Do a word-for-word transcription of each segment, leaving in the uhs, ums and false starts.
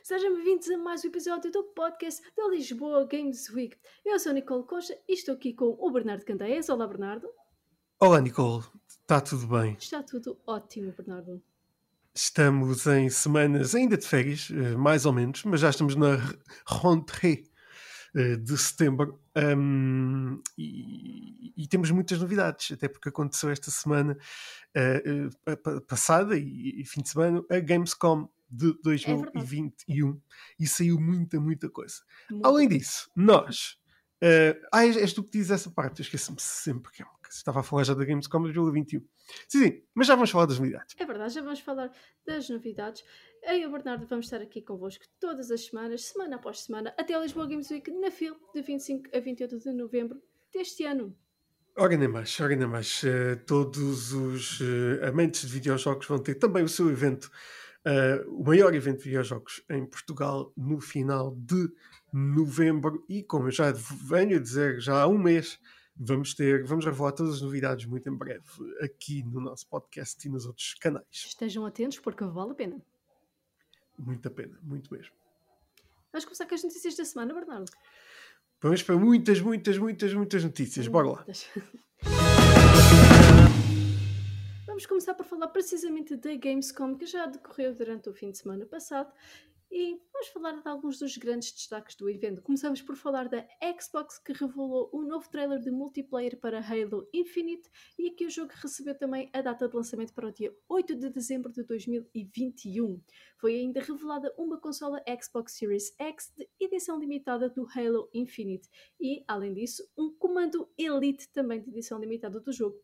Sejam bem-vindos a mais um episódio do podcast da Lisboa Games Week. Eu sou a Nicole Concha e estou aqui com o Bernardo Candeias. Olá, Bernardo. Olá, Nicole. Está tudo bem? Está tudo ótimo, Bernardo. Estamos em semanas ainda de férias, mais ou menos, mas já estamos na rentrée de setembro um, e, e temos muitas novidades, até porque aconteceu esta semana uh, uh, passada e, e fim de semana a Gamescom de dois mil e vinte e um é e saiu muita, muita coisa. Muito Além bom. disso, nós... Uh, ah, és, és tu que dizes essa parte, eu esqueço-me sempre que, que estava a falar já da Gamescom de dois mil e vinte e um. Sim, sim, mas já vamos falar das novidades. É verdade, já vamos falar das novidades. Eu e o Bernardo vamos estar aqui convosco todas as semanas, semana após semana, até a Lisboa Games Week na FIL, de vinte e cinco a vinte e oito de novembro deste ano. Ora nem mais, ora nem mais. Uh, todos os uh, amantes de videojogos vão ter também o seu evento, uh, o maior evento de videojogos em Portugal no final de novembro e, como eu já venho a dizer já há um mês, vamos ter, vamos revelar todas as novidades muito em breve aqui no nosso podcast e nos outros canais. Estejam atentos porque vale a pena. Muito a pena, muito mesmo. Vamos começar com as notícias da semana, Bernardo. Vamos para muitas, muitas, muitas, muitas notícias. Bora lá. Vamos começar por falar precisamente da Gamescom, que já decorreu durante o fim de semana passado. E vamos falar de alguns dos grandes destaques do evento. Começamos por falar da Xbox, que revelou um novo trailer de multiplayer para Halo Infinite, e aqui o jogo recebeu também a data de lançamento para o dia oito de dezembro de dois mil e vinte e um. Foi ainda revelada uma consola Xbox Series X de edição limitada do Halo Infinite e, além disso, um comando Elite também de edição limitada do jogo.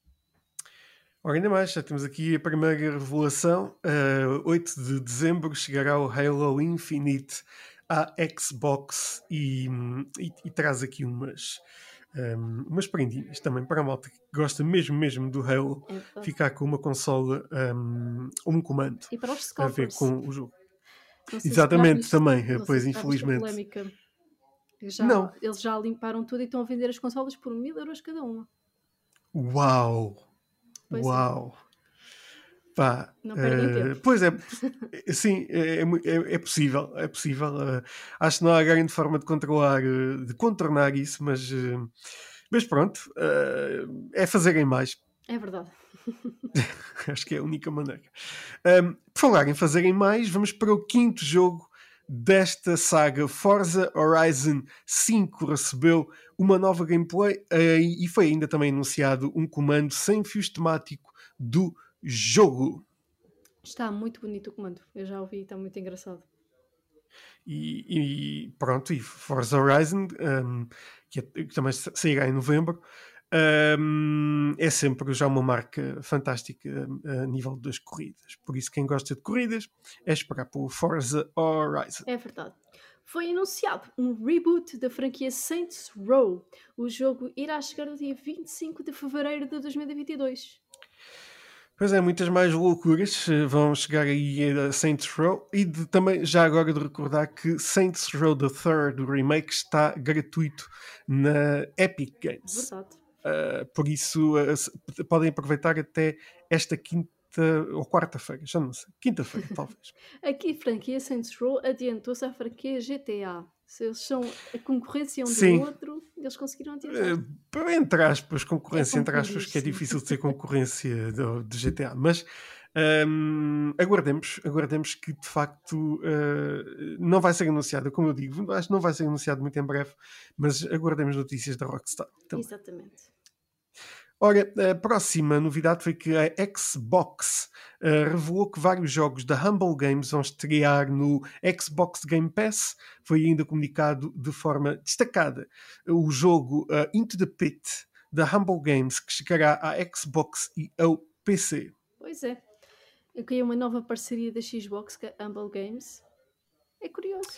Ora, ainda mais, já temos aqui a primeira revelação. Uh, oito de dezembro chegará o Halo Infinite à Xbox e, e, e traz aqui umas, um, umas prendinhas também para a malta que gosta mesmo mesmo do Halo, é ficar com uma consola, um, um comando e para os a ver com o jogo. Exatamente, também, pois infelizmente. Já, não. Eles já limparam tudo e estão a vender as consolas por mil euros cada uma. Uau! Pois Uau! É. Pá, não perdem uh, tempo. Pois é, sim, é, é, é possível, é possível. Uh, acho que não há grande forma de controlar, uh, de contornar isso, mas, uh, mas pronto, uh, é fazerem mais. É verdade. Acho que é a única maneira. Um, por falar em fazerem mais, vamos para o quinto jogo desta saga. Forza Horizon cinco recebeu uma nova gameplay uh, e foi ainda também anunciado um comando sem fio temático do jogo. Está muito bonito o comando, eu já ouvi, está muito engraçado. E, e pronto, e Forza Horizon, um, que, é, que também sairá em novembro, um, é sempre já uma marca fantástica a nível das corridas. Por isso, quem gosta de corridas é esperar pelo Forza Horizon. É verdade. Foi anunciado um reboot da franquia Saints Row. O jogo irá chegar no dia vinte e cinco de fevereiro de dois mil e vinte e dois. Pois é, muitas mais loucuras vão chegar aí a Saints Row e de, também já agora de recordar que Saints Row The Third, o remake, está gratuito na Epic Games. Verdade. Uh, por isso uh, podem aproveitar até esta quinta ou quarta-feira, já não sei, quinta-feira talvez. Aqui a franquia Saints Row adiantou-se à franquia G T A. Se eles são a concorrência um Sim. do outro, eles conseguiram adiantar. Uh, entre aspas, concorrência, é entre aspas, que é difícil de ser concorrência do, do G T A, mas um, aguardemos, aguardemos que de facto uh, não vai ser anunciado, como eu digo, acho que não vai ser anunciado muito em breve, mas aguardemos notícias da Rockstar também. Exatamente. Ora, a próxima novidade foi que a Xbox uh, revelou que vários jogos da Humble Games vão estrear no Xbox Game Pass. Foi ainda comunicado de forma destacada o jogo uh, Into the Pit da Humble Games, que chegará à Xbox e ao P C. Pois é. Eu queria uma nova parceria da Xbox com a Humble Games. É curioso.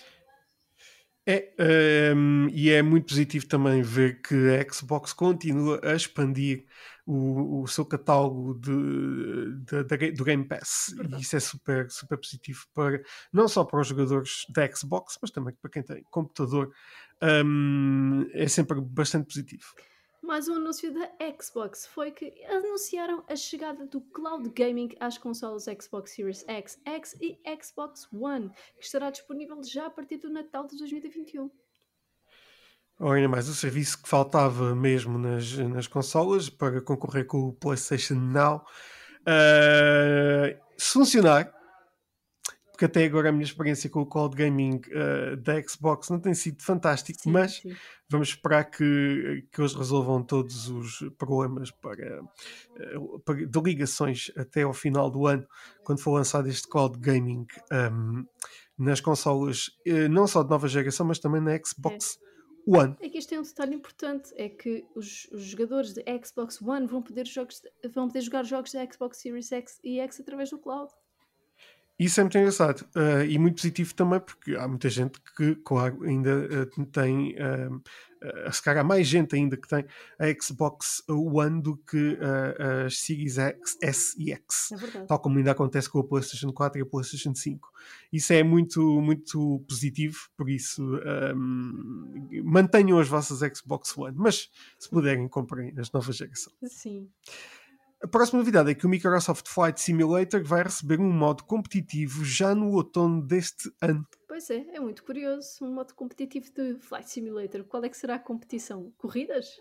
É, um, e é muito positivo também ver que a Xbox continua a expandir o, o seu catálogo de, de, de, do Game Pass. Verdade. E isso é super, super positivo para, não só para os jogadores da Xbox, mas também para quem tem computador. Um, é sempre bastante positivo. Mais um anúncio da Xbox foi que anunciaram a chegada do cloud gaming às consolas Xbox Series X, X e Xbox One, que estará disponível já a partir do Natal de dois mil e vinte e um. Ou ainda mais, o serviço que faltava mesmo nas, nas consolas para concorrer com o PlayStation Now. Uh, se funcionar, porque até agora a minha experiência com o cloud gaming uh, da Xbox não tem sido fantástico, Sim, mas sim. vamos esperar que, que eles resolvam todos os problemas para, uh, para, de ligações até ao final do ano, quando for lançado este cloud gaming um, nas consolas, uh, não só de nova geração, mas também na Xbox É. One. É que isto tem um detalhe importante, é que os, os jogadores de Xbox One vão poder, jogos, vão poder jogar jogos da Xbox Series X e X através do cloud. Isso é muito engraçado uh, e muito positivo também, porque há muita gente que, claro, ainda uh, tem, uh, uh, se calhar há mais gente ainda que tem a Xbox One do que uh, as Series X, S e X, É verdade. tal como ainda acontece com a PlayStation quatro e a PlayStation cinco. Isso é muito, muito positivo, por isso um, mantenham as vossas Xbox One, mas se puderem, comprem as novas gerações. Sim. A próxima novidade é que o Microsoft Flight Simulator vai receber um modo competitivo já no outono deste ano. Pois é, é muito curioso. Um modo competitivo de Flight Simulator. Qual é que será a competição? Corridas?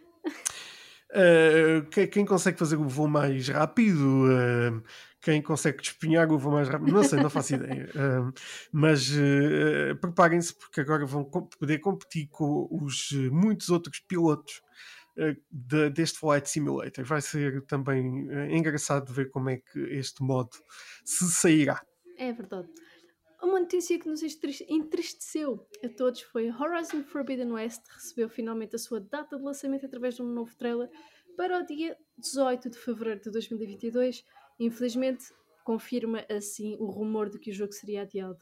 Uh, quem, quem consegue fazer o voo mais rápido, uh, quem consegue despenhar o voo mais rápido, não sei, não faço ideia. Uh, mas uh, preparem-se, porque agora vão comp- poder competir com os uh, muitos outros pilotos uh, de, deste Flight Simulator. Vai ser também uh, engraçado ver como é que este modo se sairá. É verdade. Uma notícia que nos entristeceu a todos foi Horizon Forbidden West recebeu finalmente a sua data de lançamento através de um novo trailer para o dia dezoito de fevereiro de dois mil e vinte e dois. Infelizmente, confirma assim o rumor de que o jogo seria adiado.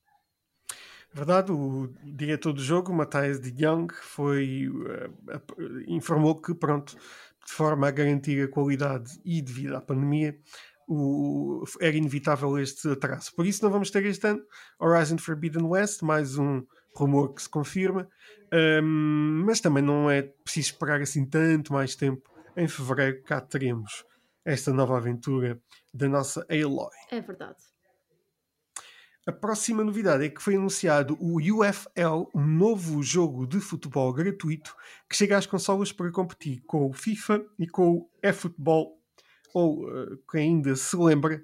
Verdade, o diretor do jogo, Matthias de Young, foi, uh, uh, informou que, pronto, de forma a garantir a qualidade e devido à pandemia, o, era inevitável este atraso. Por isso não vamos ter este ano Horizon Forbidden West, mais um rumor que se confirma, um, mas também não é preciso esperar assim tanto mais tempo. Em fevereiro cá teremos esta nova aventura da nossa Aloy. É verdade. A próxima novidade é que foi anunciado o U F L, um novo jogo de futebol gratuito que chega às consolas para competir com o FIFA e com o eFootball, ou uh, quem ainda se lembra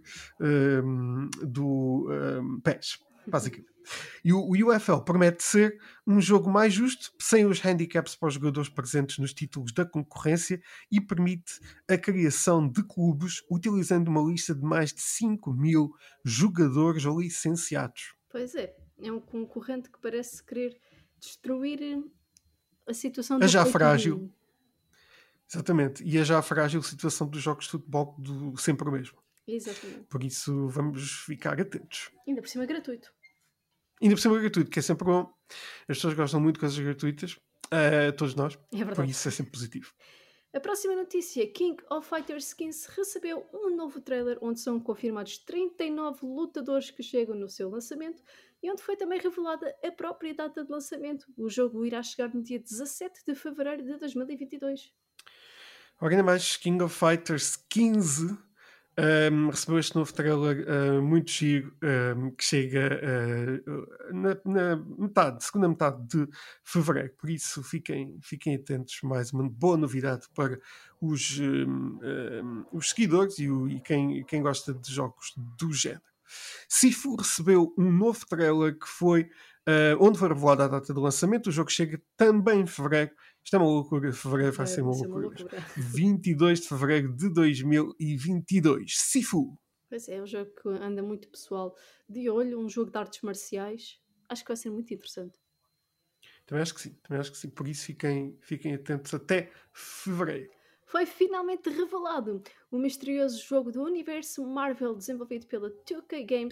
um, do um, P E S, basicamente. E o, o U F L promete ser um jogo mais justo, sem os handicaps para os jogadores presentes nos títulos da concorrência e permite a criação de clubes utilizando uma lista de mais de cinco mil jogadores licenciados. Pois é, é um concorrente que parece querer destruir a situação A do já pay to frágil, win. exatamente, e a já frágil situação dos jogos de futebol do sempre o mesmo. Exatamente. Por isso vamos ficar atentos. Ainda por cima é gratuito. Ainda por cima é gratuito, que é sempre bom. As pessoas gostam muito de coisas gratuitas, uh, todos nós, É verdade. por isso é sempre positivo. A próxima notícia, King of Fighters quinze recebeu um novo trailer onde são confirmados trinta e nove lutadores que chegam no seu lançamento e onde foi também revelada a própria data de lançamento. O jogo irá chegar no dia dezassete de fevereiro de dois mil e vinte e dois. Ora, ainda mais, King of Fighters quinze um, recebeu este novo trailer uh, muito giro, um, que chega uh, na, na metade, segunda metade de fevereiro. Por isso, fiquem, fiquem atentos. Mais uma boa novidade para os, um, um, os seguidores e, o, e quem, quem gosta de jogos do género. Sifu recebeu um novo trailer que foi uh, onde foi revelada a data de lançamento. O jogo chega também em fevereiro. Isto é uma loucura. Fevereiro vai, vai ser uma loucura. Uma loucura. vinte e dois de fevereiro de dois mil e vinte e dois. Sifu. Pois é, é um jogo que anda muito pessoal de olho, um jogo de artes marciais. Acho que vai ser muito interessante. Também acho que sim. Também acho que sim. Por isso fiquem, fiquem atentos até fevereiro. Foi finalmente revelado o misterioso jogo do universo Marvel desenvolvido pela two K Games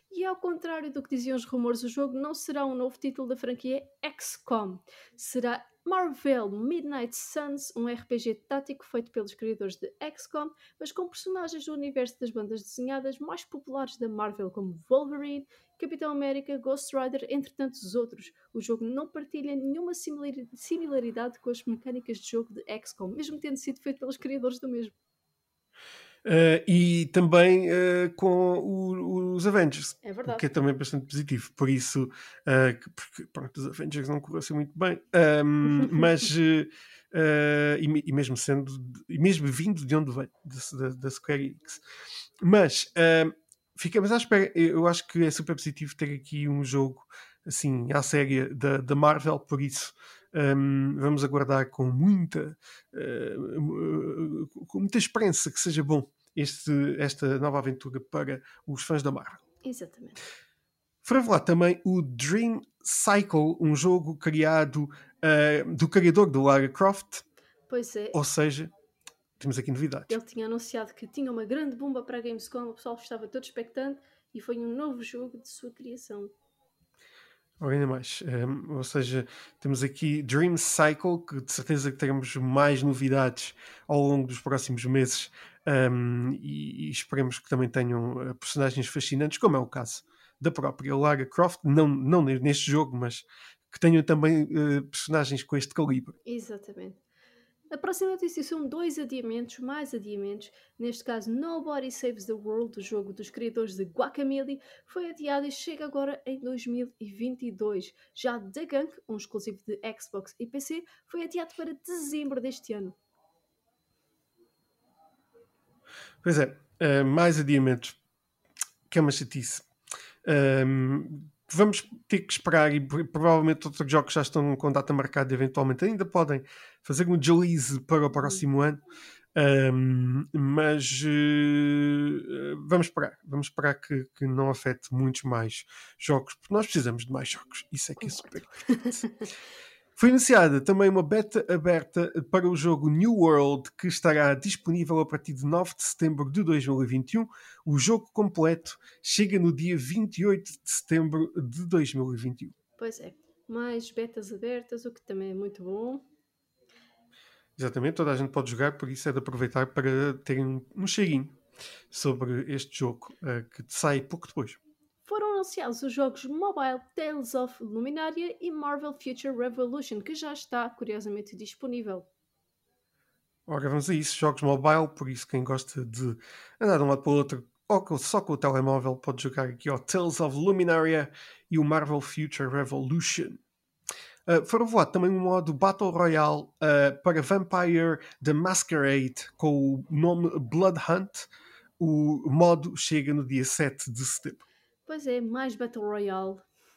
E ao contrário do que diziam os rumores, o jogo não será um novo título da franquia X COM. Será Marvel Midnight Suns, um R P G tático feito pelos criadores de X COM, mas com personagens do universo das bandas desenhadas mais populares da Marvel, como Wolverine, Capitão América, Ghost Rider, entre tantos outros. O jogo não partilha nenhuma similar- similaridade com as mecânicas de jogo de X COM, mesmo tendo sido feito pelos criadores do mesmo. Uh, e também uh, com o- os Avengers, É o verdade. que é também bastante positivo. Por isso, uh, que- porque pronto, os Avengers não correram assim muito bem, um, mas uh, uh, e, me- e mesmo sendo, de- e mesmo vindo de onde vem, da, da, da Square Enix, mas uh, ficamos à espera. Eu acho que é super positivo ter aqui um jogo assim à série da, da Marvel, por isso. Um, vamos aguardar com muita, uh, uh, com muita esperança que seja bom este, esta nova aventura para os fãs da Marvel. Exatamente. Foi revelado também o Dream Cycle, um jogo criado uh, do criador do Lara Croft, Pois é, ou seja, temos aqui novidades. ele tinha anunciado que tinha uma grande bomba para a Gamescom, o pessoal estava todo expectante e foi um novo jogo de sua criação. Ou ainda mais, um, ou seja, temos aqui Dream Cycle, que de certeza que teremos mais novidades ao longo dos próximos meses, um, e, e esperemos que também tenham uh, personagens fascinantes, como é o caso da própria Lara Croft, não, não neste jogo, mas que tenham também uh, personagens com este calibre. Exatamente. A próxima notícia são dois adiamentos, mais adiamentos. Neste caso, Nobody Saves the World, o jogo dos criadores de Guacamelee, foi adiado e chega agora em dois mil e vinte e dois. Já The Gunk, um exclusivo de Xbox e P C, foi adiado para dezembro deste ano. Pois é, uh, mais adiamentos, que é uma chatice. Um, vamos ter que esperar e provavelmente outros jogos já estão com data marcada, eventualmente ainda podem fazer um deslize para o próximo Hum. ano, um, mas uh, vamos esperar vamos esperar que, que não afete muitos mais jogos, porque nós precisamos de mais jogos, isso é que é super importante. Foi anunciada também uma beta aberta para o jogo New World, que estará disponível a partir de nove de setembro de dois mil e vinte e um. O jogo completo chega no dia vinte e oito de setembro de dois mil e vinte e um. Pois é, mais betas abertas, o que também é muito bom. Exatamente, toda a gente pode jogar, por isso é de aproveitar para terem um cheirinho sobre este jogo, uh, que sai pouco depois. Foram anunciados os jogos Mobile Tales of Luminaria e Marvel Future Revolution, que já está, curiosamente, disponível. Ora, vamos a isso, jogos mobile, por isso quem gosta de andar de um lado para o outro, ou só com o telemóvel, pode jogar aqui ao Tales of Luminaria e o Marvel Future Revolution. Uh, foi revelado também um modo Battle Royale uh, para Vampire the Masquerade com o nome Blood Hunt. O modo chega no dia sete de setembro. Pois é, mais Battle Royale.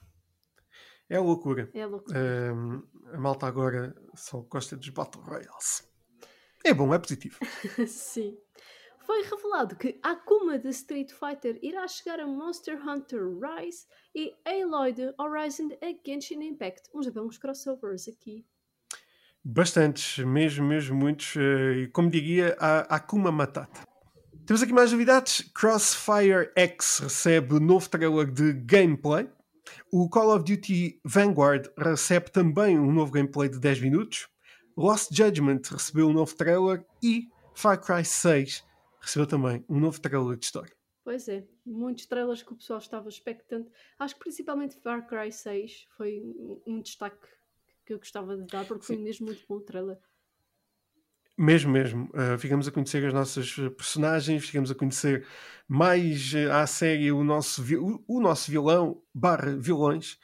É loucura. É loucura. Uh, a malta agora só gosta dos Battle Royales. É bom, é positivo. Sim. Foi revelado que Akuma de Street Fighter irá chegar a Monster Hunter Rise e Aloy de Horizon a Genshin Impact. Uns bons crossovers aqui. Bastantes, mesmo, mesmo muitos. E como diria, a Akuma Matata. Temos aqui mais novidades. Crossfire X recebe novo trailer de gameplay. O Call of Duty Vanguard recebe também um novo gameplay de dez minutos. Lost Judgment recebeu um novo trailer e Far Cry seis recebeu também um novo trailer de história. Pois é, muitos trailers que o pessoal estava expectante. Acho que principalmente Far Cry seis foi um, um destaque que eu gostava de dar, porque Sim. foi mesmo muito bom o trailer. Mesmo, mesmo. Uh, ficamos a conhecer as nossas personagens, ficamos a conhecer mais uh, à série o nosso, o, o nosso vilão barra vilões,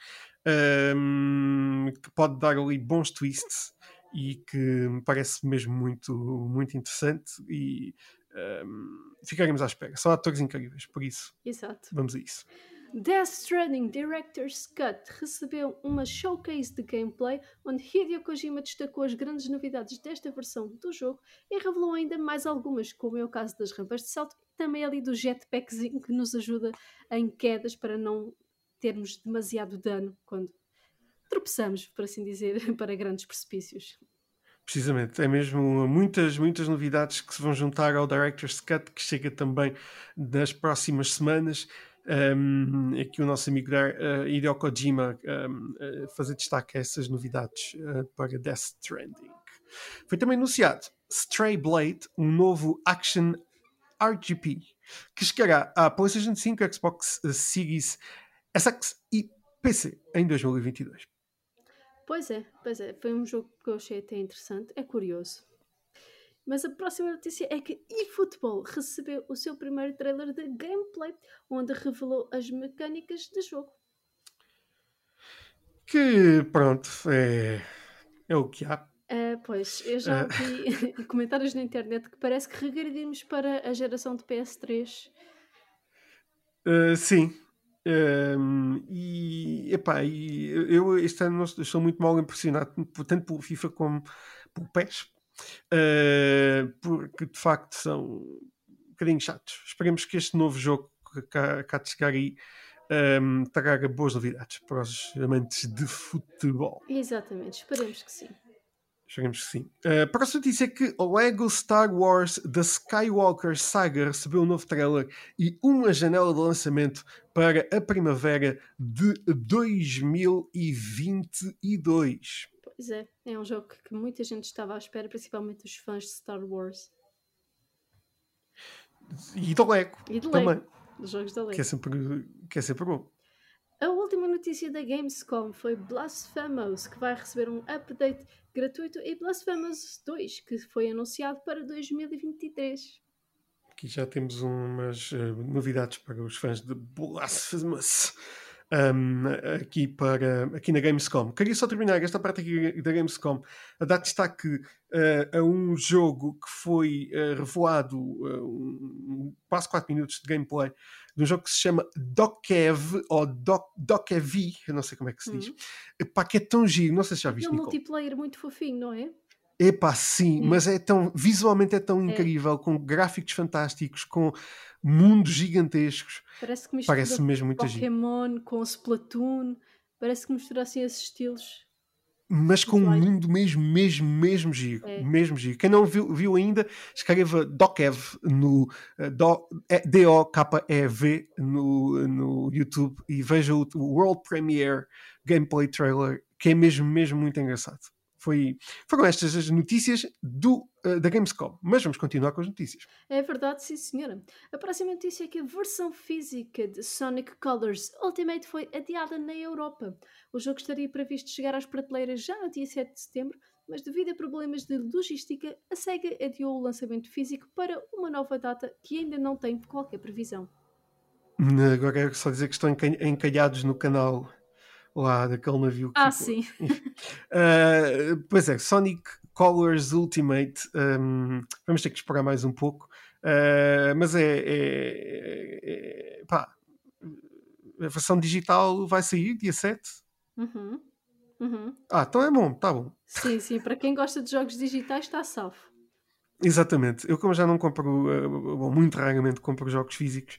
um, que pode dar ali bons twists e que me parece mesmo muito, muito interessante e um, ficaremos à espera. São atores incríveis, por isso Exato. vamos a isso. Death Stranding Director's Cut recebeu uma showcase de gameplay onde Hideo Kojima destacou as grandes novidades desta versão do jogo e revelou ainda mais algumas, como é o caso das rampas de salto e também ali do jetpackzinho que nos ajuda em quedas para não termos demasiado dano quando tropeçamos, por assim dizer, para grandes precipícios. Precisamente, é mesmo muitas, muitas novidades que se vão juntar ao Director's Cut, que chega também nas próximas semanas Um, aqui o nosso amigo uh, Hideo Kojima um, uh, fazer destaque a essas novidades uh, para Death Stranding. Foi também anunciado Stray Blade, um novo action R G P que chegará à PlayStation cinco, Xbox Series S X e P C em dois mil e vinte e dois. Pois é, pois é, foi um jogo que eu achei até interessante, é curioso. Mas a próxima notícia é que eFootball recebeu o seu primeiro trailer de gameplay, onde revelou as mecânicas do jogo. Que, pronto, é, é o que há. Uh, pois, eu já vi uh... comentários na internet que parece que regredimos para a geração de P S três. Uh, sim. Um, e, epá, e eu este ano estou muito mal impressionado, tanto pelo FIFA como pelo P E S. Uh, porque de facto são um bocadinho chatos. Esperemos que este novo jogo que cá, cá de chegar aí um, traga boas novidades para os amantes de futebol. Exatamente, esperemos que sim. Esperemos que sim. A uh, próxima notícia é que o Lego Star Wars The Skywalker Saga recebeu um novo trailer e uma janela de lançamento para a primavera de dois mil e vinte e dois. Pois é, é um jogo que muita gente estava à espera, principalmente os fãs de Star Wars. E do Lego, e do também. Lego, dos jogos da Lego. Que é sempre, que é sempre bom. A última notícia da Gamescom foi Blasphemous, que vai receber um update gratuito, e Blasphemous dois, que foi anunciado para dois mil e vinte e três. Aqui já temos umas uh, novidades para os fãs de Blasphemous. Um, aqui, para, aqui na Gamescom. Queria só terminar esta parte aqui da Gamescom a dar destaque uh, a um jogo que foi uh, revelado uh, um, quase quatro minutos de gameplay de um jogo que se chama Dokev ou Dokev, eu não sei como é que se diz. Uhum. Epá, que é tão giro, não sei se já viste, Nicole. É um Nicole. multiplayer muito fofinho, não é? Epá, sim, hum. mas é tão, visualmente é tão incrível, é. Com gráficos fantásticos, com mundos gigantescos. Parece que mistura parece mesmo muito Pokémon giro. Com Splatoon, parece que mistura assim esses estilos. Mas com um mundo mesmo, mesmo, mesmo giro. É. Mesmo giro. Quem não viu, viu ainda, escreva Dokev no uh, D O K E V no, no YouTube e veja o, o World Premiere Gameplay Trailer, que é mesmo, mesmo muito engraçado. Foi, foram estas as notícias do, uh, da Gamescom. Mas vamos continuar com as notícias. É verdade, sim senhora. A próxima notícia é que a versão física de Sonic Colors Ultimate foi adiada na Europa. O jogo estaria previsto chegar às prateleiras já no dia sete de setembro, mas devido a problemas de logística, a SEGA adiou o lançamento físico para uma nova data que ainda não tem qualquer previsão. Agora é só dizer que estão encalhados no canal lá daquele navio que ah, ficou. sim. uh, pois é, Sonic Colors Ultimate, um, vamos ter que esperar mais um pouco, uh, mas é, é, é pá, a versão digital vai sair dia sete. Uhum. Uhum. Ah, então é bom, tá bom. Sim, sim, para quem gosta de jogos digitais está salvo. Exatamente, eu como já não compro, bom, muito raramente compro jogos físicos,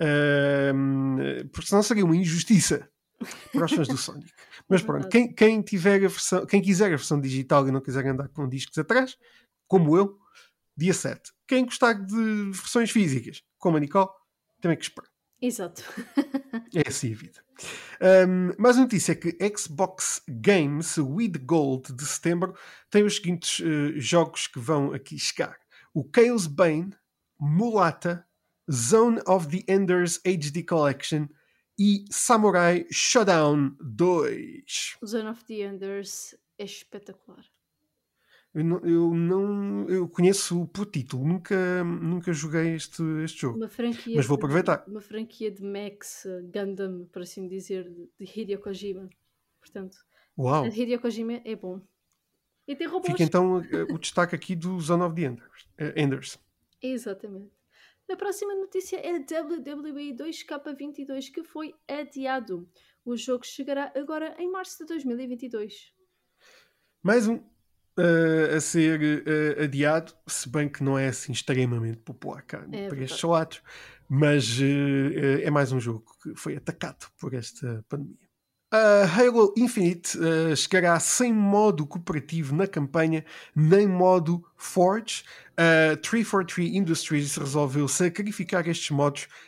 uh, porque senão seria uma injustiça para os fãs do Sonic. Mas é pronto, quem, quem, tiver a versão, quem quiser a versão digital e não quiser andar com discos atrás, como eu, dia sete. Quem gostar de versões físicas, como a Nicole, também que esperar. Exato. É assim a vida. Um, mais uma notícia é que Xbox Games with Gold de setembro tem os seguintes uh, jogos que vão aqui chegar. O Chaos Bane, Mulata, Zone of the Enders H D Collection e Samurai Shodown dois. Zone of the Enders é espetacular. Eu não, eu não eu conheço por título, nunca, nunca joguei este, este jogo. Uma franquia mas vou aproveitar. De, uma franquia de Max Gundam, por assim dizer, de Hideo Kojima. Portanto, Uau. Hideo Kojima é bom. E tem robôs. Fica então o destaque aqui do Zone of the Enders. Enders. Exatamente. A próxima notícia é W W E dois K vinte e dois, que foi adiado. O jogo chegará agora em março de dois mil e vinte e dois. Mais um uh, a ser uh, adiado, se bem que não é assim extremamente popular cá é para estes lados, mas uh, uh, é mais um jogo que foi atacado por esta pandemia. Uh, Halo Infinite uh, chegará sem modo cooperativo na campanha, nem modo Forge. Uh, trezentos e quarenta e três Industries resolveu sacrificar estes modos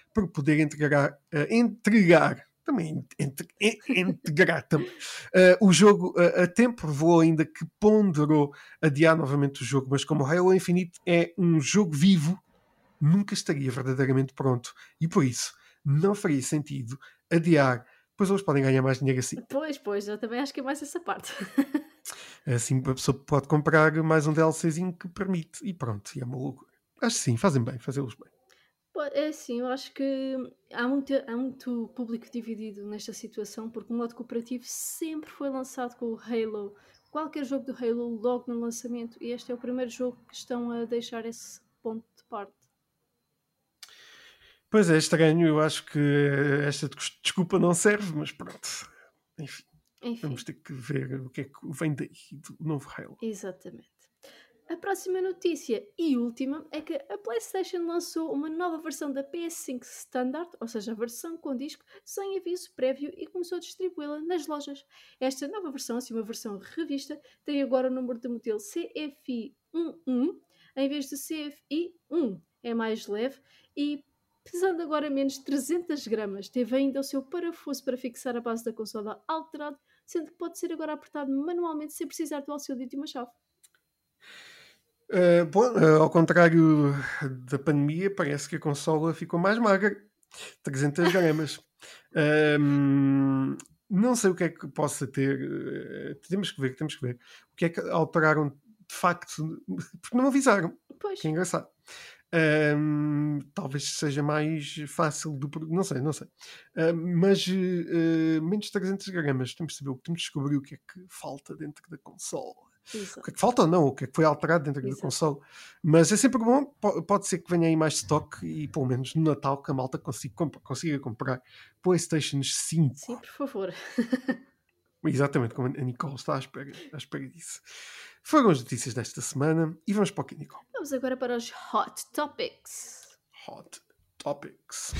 para poder entregar, uh, entregar também entre, integrar também, uh, o jogo uh, a tempo. Revelou ainda que ponderou adiar novamente o jogo, mas como Halo Infinite é um jogo vivo, nunca estaria verdadeiramente pronto, e por isso não faria sentido adiar, pois eles podem ganhar mais dinheiro assim. Pois, pois, eu também acho que é mais essa parte. Assim a pessoa pode comprar mais um DLCzinho que permite, e pronto, e é uma loucura. Acho que sim, fazem bem, fazê-los bem. Pô, é assim, eu acho que há muito, há muito público dividido nesta situação, porque o modo cooperativo sempre foi lançado com o Halo. Qualquer jogo do Halo logo no lançamento, e este é o primeiro jogo que estão a deixar esse ponto de parte. Pois é, estranho, eu acho que esta desculpa não serve, mas pronto. Enfim, Enfim, vamos ter que ver o que é que vem daí do novo Halo. exatamente. A próxima notícia e última é que a PlayStation lançou uma nova versão da P S cinco Standard, ou seja, a versão com disco, sem aviso prévio e começou a distribuí-la nas lojas. Esta nova versão, assim uma versão revista, tem agora o número de modelo C F I onze em vez de C F I um. É mais leve e, pesando agora menos de trezentas gramas, teve ainda o seu parafuso para fixar a base da consola alterado, sendo que pode ser agora apertado manualmente sem precisar do auxílio de uma chave. Uh, bom, uh, ao contrário da pandemia, parece que a consola ficou mais magra, trezentas gramas. Um, não sei o que é que possa ter, uh, temos que ver, temos que ver o que é que alteraram de facto, porque não avisaram, Pois. que é engraçado. Um, talvez seja mais fácil do, não sei, não sei. Uh, mas uh, menos de trezentas gramas, temos de saber, temos de descobrir o que é que falta dentro da consola. Exato. O que é que falta ou não, o que é que foi alterado dentro Exato. da console. Mas é sempre bom, pode ser que venha aí mais stock e pelo menos no Natal que a malta consiga, consiga comprar PlayStation cinco. Sim, por favor. Exatamente, como a Nicole está à espera, à espera disso. Foram as notícias desta semana e vamos para o que, Nicole? Vamos agora para os Hot Topics. Hot Topics.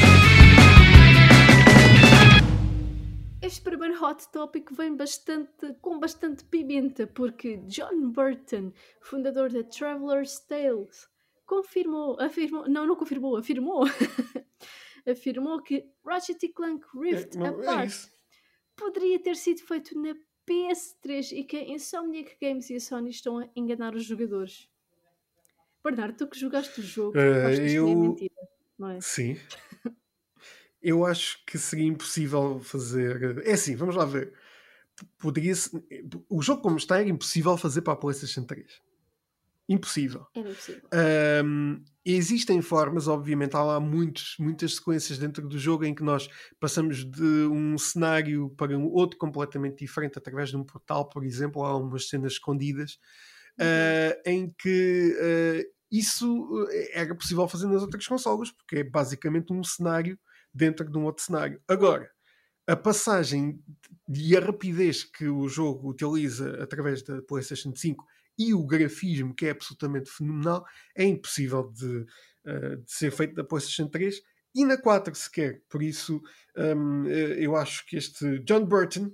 Este primeiro Hot Topic vem bastante, com bastante pimenta, porque John Burton, fundador da Traveler's Tales, confirmou, afirmou, não, não confirmou, afirmou, afirmou que Ratchet and Clank Rift É, não, é Apart isso. poderia ter sido feito na P S três e que a Insomniac Games e a Sony estão a enganar os jogadores. Bernardo, tu que jogaste o jogo, Uh, gostas eu... que é mentira, não é? Sim. Eu acho que seria impossível fazer. É assim, vamos lá ver. Poderia o jogo como está era impossível fazer para a PlayStation três. Impossível. Era impossível. Um, existem formas, obviamente, há lá muitos, muitas sequências dentro do jogo em que nós passamos de um cenário para um outro completamente diferente através de um portal, por exemplo, há umas cenas escondidas uhum. uh, em que uh, isso era possível fazer nas outras consolas, porque é basicamente um cenário dentro de um outro cenário. Agora, a passagem e a rapidez que o jogo utiliza através da PlayStation cinco e o grafismo, que é absolutamente fenomenal, é impossível de, uh, de ser feito na PlayStation três e na quatro sequer. Por isso, um, eu acho que este John Burton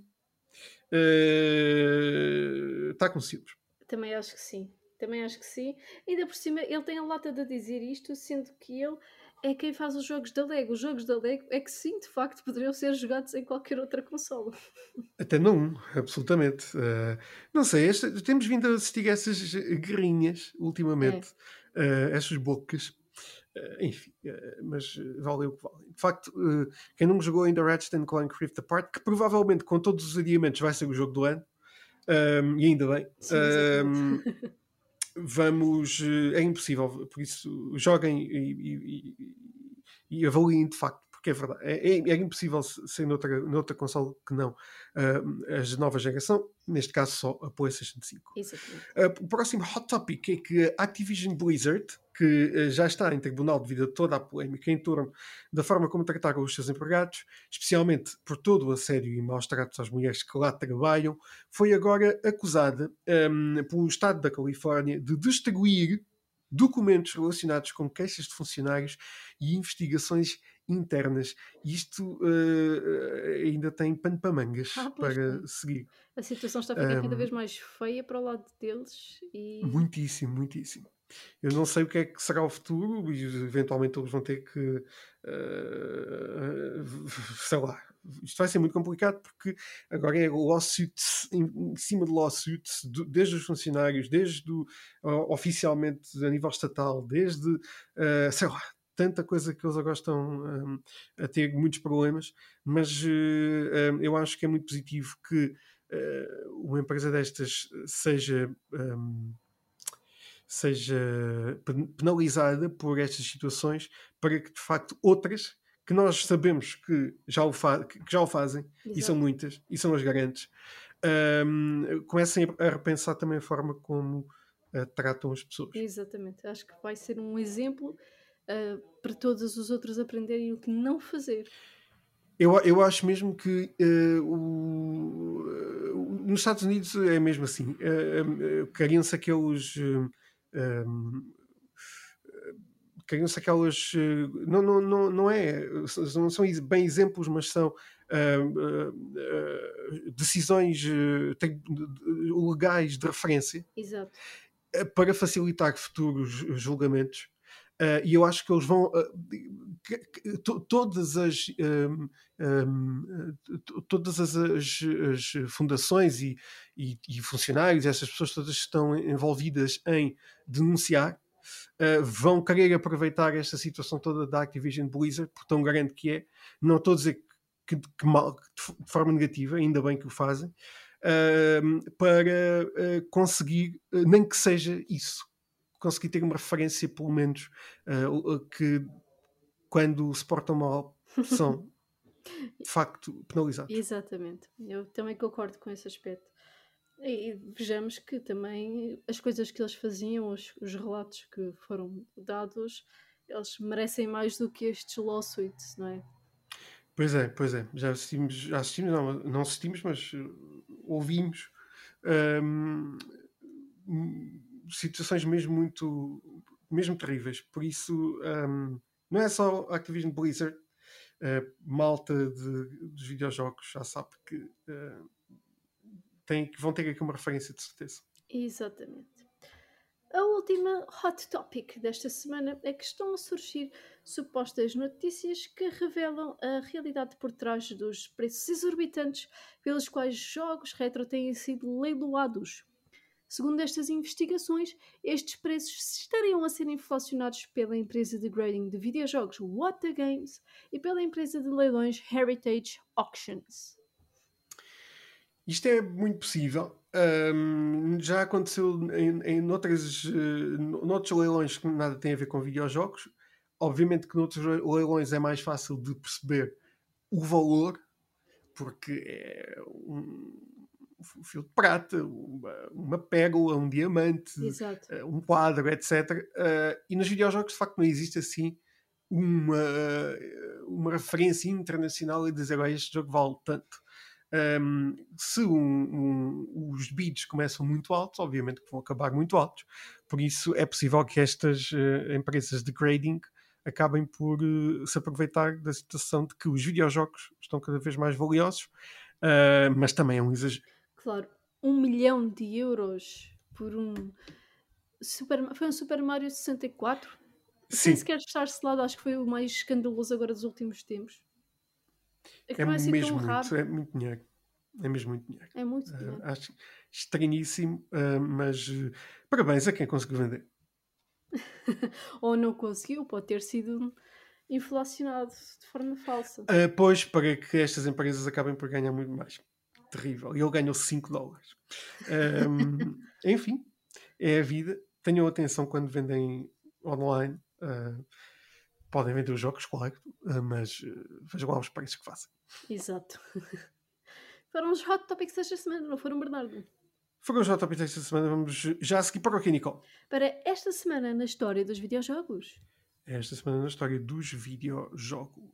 uh, está com ciúmes. Também acho que sim. Também acho que sim. Ainda por cima, ele tem a lata de dizer isto, sendo que ele é quem faz os jogos da Lego. Os jogos da Lego é que sim, de facto, poderiam ser jogados em qualquer outra consola. Até não, absolutamente. Uh, não sei, esta, temos vindo a assistir a essas guerrinhas ultimamente, é. uh, essas bocas. Uh, enfim, uh, mas valeu o que vale. De facto, uh, quem não jogou ainda Ratchet and Clank Rift Apart, que provavelmente com todos os adiamentos vai ser o jogo do ano, um, e ainda bem. Sim, um, vamos, uh, é impossível, por isso joguem e, e, e, e avaliem de facto. Que é verdade, é, é, é impossível ser noutra, noutra console que não uh, a nova geração, neste caso só a PlayStation cinco. Uh, o próximo Hot Topic é que a Activision Blizzard, que uh, já está em tribunal devido a toda a polémica em torno da forma como trataram os seus empregados, especialmente por todo o assédio e maus tratos às mulheres que lá trabalham, foi agora acusada um, pelo Estado da Califórnia de destruir documentos relacionados com queixas de funcionários e investigações internas. Isto uh, ainda tem pano para mangas ah, para é. seguir. A situação está a ficar um, cada vez mais feia para o lado deles. E... Muitíssimo, muitíssimo. Eu não sei o que é que será o futuro e eventualmente eles vão ter que, uh, sei lá, isto vai ser muito complicado porque agora é lawsuits em, em cima de lawsuits, do, desde os funcionários, desde o, uh, oficialmente a nível estatal, desde, uh, sei lá, tanta coisa que eles agora estão um, a ter muitos problemas, mas uh, um, eu acho que é muito positivo que uh, uma empresa destas seja... Um, seja penalizada por estas situações para que de facto outras que nós sabemos que já o, fa que já o fazem, Exato. E são muitas, e são as grandes, um, comecem a repensar também a forma como uh, tratam as pessoas. Exatamente, acho que vai ser um exemplo uh, para todos os outros aprenderem o que não fazer. Eu, eu acho mesmo que uh, o, uh, nos Estados Unidos é mesmo assim. Uh, uh, Criam-se aqueles... Uh, um, criam-se aquelas... Uh, não, não, não, não é... Não são bem exemplos, mas são uh, uh, decisões uh, legais de referência. Exato. Para facilitar futuros julgamentos. Uh, e eu acho que eles vão uh, que, que, to, todas as um, um, todas as, as, as fundações e, e, e funcionários, essas pessoas todas que estão envolvidas em denunciar, uh, vão querer aproveitar esta situação toda da Activision Blizzard, por tão grande que é. Não estou a dizer que, que mal, de forma negativa, ainda bem que o fazem, uh, para uh, conseguir, uh, nem que seja isso, conseguir ter uma referência, pelo menos, uh, que quando se portam mal são de facto penalizados. Exatamente, eu também concordo com esse aspecto. E vejamos que também as coisas que eles faziam, os, os relatos que foram dados, eles merecem mais do que estes lawsuits, não é? Pois é, pois é, já assistimos, já assistimos não, não assistimos, mas uh, ouvimos um, situações mesmo muito, mesmo terríveis. Por isso, um, não é só Activision Blizzard, uh, malta de, dos videojogos já sabe que uh, tem, vão ter aqui uma referência de certeza. Exatamente. A última hot topic desta semana é que estão a surgir supostas notícias que revelam a realidade por trás dos preços exorbitantes pelos quais jogos retro têm sido leiloados. Segundo estas investigações, estes preços estariam a ser inflacionados pela empresa de grading de videojogos What the Games e pela empresa de leilões Heritage Auctions. Isto é muito possível. Um, já aconteceu em, em noutras, uh, noutros leilões que nada tem a ver com videojogos. Obviamente que noutros leilões é mais fácil de perceber o valor, porque é um, um fio de prata, uma, uma pérola, um diamante, uh, um quadro, etcétera. Uh, e nos videojogos, de facto, não existe assim uma, uma referência internacional a dizer que este jogo vale tanto. Um, se um, um, os bids começam muito altos, obviamente que vão acabar muito altos. Por isso é possível que estas uh, empresas de grading acabem por uh, se aproveitar da situação de que os videojogos estão cada vez mais valiosos, uh, mas também é um exagero. Claro, um milhão de euros por um Super, foi um Super Mario sessenta e quatro? Sem sequer estar selado, acho que foi o mais escandaloso agora dos últimos tempos. É, é mesmo muito, é muito dinheiro. É mesmo muito dinheiro. É muito dinheiro. Uh, acho estranhíssimo, uh, mas uh, parabéns a quem conseguiu vender. Ou não conseguiu, pode ter sido inflacionado de forma falsa. Uh, pois, para que estas empresas acabem por ganhar muito mais. Terrível. E ele ganhou cinco dólares. Um, enfim, é a vida. Tenham atenção quando vendem online. Uh, podem vender os jogos, claro, uh, mas uh, vejam lá os preços que fazem. Exato. Foram os hot topics desta semana, não foram, Bernardo? Foram os hot topics desta semana. Vamos já a seguir para o que, Nicole? Para esta semana na história dos videojogos. Esta semana na história dos videojogos.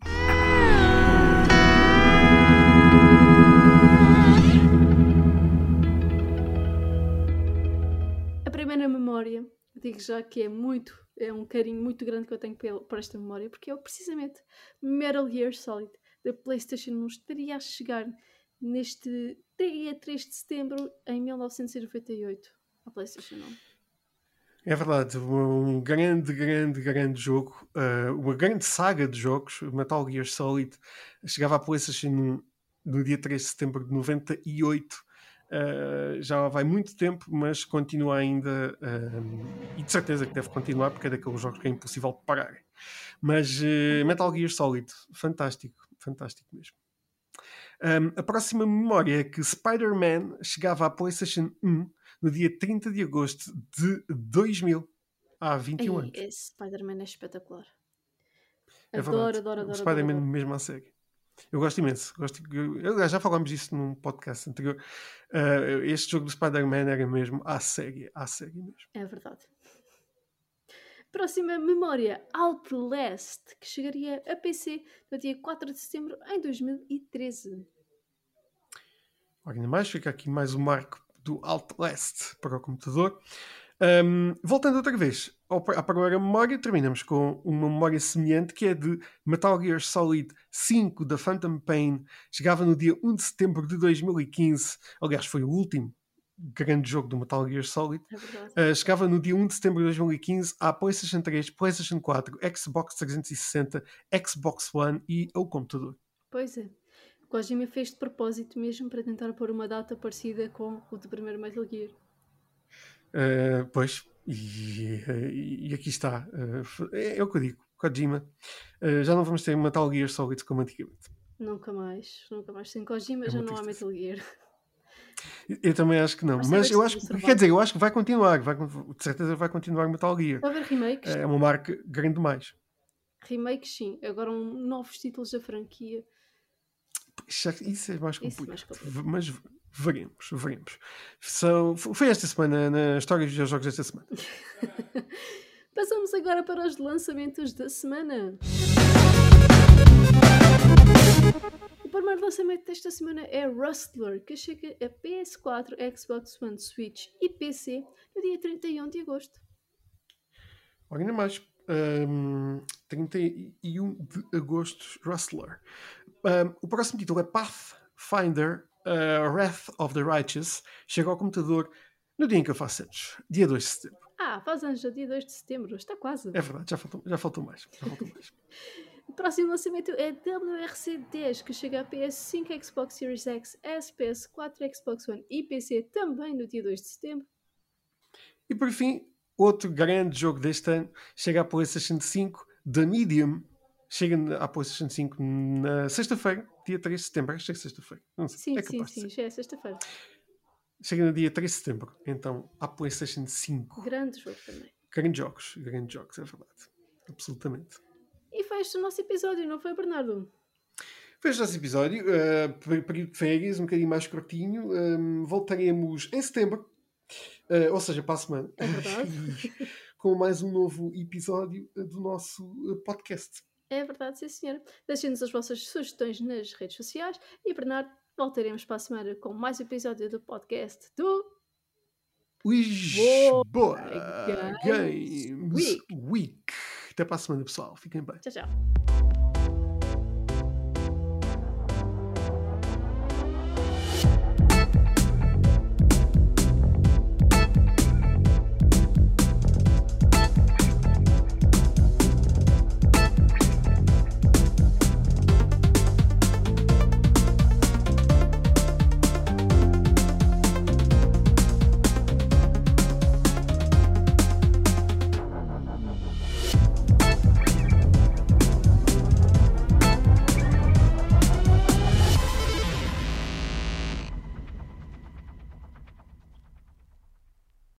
A primeira memória, digo já que é muito, é um carinho muito grande que eu tenho por esta memória, porque é precisamente Metal Gear Solid da PlayStation um estaria a chegar neste dia três de setembro em mil novecentos e noventa e oito à PlayStation um. É verdade, um grande, grande, grande jogo, uh, uma grande saga de jogos, Metal Gear Solid, chegava à PlayStation um no dia três de setembro de noventa e oito, uh, já vai muito tempo, mas continua ainda, um, e de certeza que deve continuar, porque é daqueles jogos que é impossível de parar. Mas uh, Metal Gear Solid, fantástico, fantástico mesmo. Um, a próxima memória é que Spider-Man chegava à PlayStation um no dia trinta de agosto de dois mil, há vinte e um Ei, anos. esse Spider-Man é espetacular. É Adoro, verdade. adoro, O adoro, adoro, Spider-Man adoro. mesmo à série. Eu gosto imenso. Gosto, eu, já falámos disso num podcast anterior. Uh, este jogo do Spider-Man era mesmo à série. À série mesmo. É verdade. Próxima memória, Outlast, que chegaria a P C no dia quatro de setembro em dois mil e treze. Ora, ainda mais, fica aqui mais o marco do Outlast para o computador. Um, voltando outra vez ao, à primeira memória, terminamos com uma memória semelhante que é de Metal Gear Solid cinco da Phantom Pain. Chegava no dia um de setembro de dois mil e quinze. Aliás, foi o último grande jogo do Metal Gear Solid. É verdade. Uh, chegava no dia um de setembro de dois mil e quinze à PlayStation três, PlayStation quatro, Xbox trezentos e sessenta, Xbox One e ao computador. Pois é. O Kojima fez de propósito mesmo para tentar pôr uma data parecida com o do primeiro Metal Gear. Uh, pois, e, e, e aqui está. Uh, é, é o que eu digo, Kojima. Uh, já não vamos ter Metal Gear Solid como antigamente. Nunca mais, nunca mais. Sem Kojima É já uma não há tristeza. Metal Gear. Eu também acho que não, Vai ser mas eu bastante acho que, observado. quer dizer, eu acho que vai continuar, vai, de certeza vai continuar Metal Gear. Vai haver remakes? É uma marca grande demais. Remakes, sim. Agora um, novos títulos da franquia. Isso é, isso é mais complicado, Isso é mais complicado. mas veremos, veremos. São, foi esta semana, na história dos videojogos desta semana. Passamos agora para os lançamentos da semana. O primeiro lançamento desta semana é Rustler, que chega a P S quatro, Xbox One, Switch e P C no dia trinta e um de agosto. Ora, ainda mais. Um, trinta e um de agosto, Rustler. Um, o próximo título é Pathfinder uh, Wrath of the Righteous. Chega ao computador no dia em que eu faço anos, dia dois de setembro. Ah, faz anos no dia dois de setembro, está quase. É verdade, já faltou, já faltou mais. Já faltou mais. O próximo lançamento é W R C dez, que chega a P S cinco, Xbox Series X, S, P S quatro, Xbox One e P C também no dia dois de setembro. E por fim, outro grande jogo deste ano chega à PlayStation cinco, The Medium. Chega à PlayStation cinco na sexta-feira, dia três de setembro. Acho que é sexta-feira. Não sei. Sim, É sim, capaz de sim, ser. já é sexta-feira. Chega no dia três de setembro. Então, à PlayStation cinco. Grande jogo também. Grandes jogos. Grandes jogos, é verdade. Absolutamente. E foi este o nosso episódio, não foi, Bernardo? Foi este o nosso episódio. Uh, período de férias, um bocadinho mais curtinho. Um, voltaremos em setembro. Uh, ou seja, para a semana. É verdade. Com mais um novo episódio do nosso uh, podcast. É verdade, sim, senhora. Deixem-nos as vossas sugestões nas redes sociais e, Bernardo, voltaremos para a semana com mais um episódio do podcast do Lisboa Games Games Week. Week. Até para a semana, pessoal. Fiquem bem. Tchau, tchau.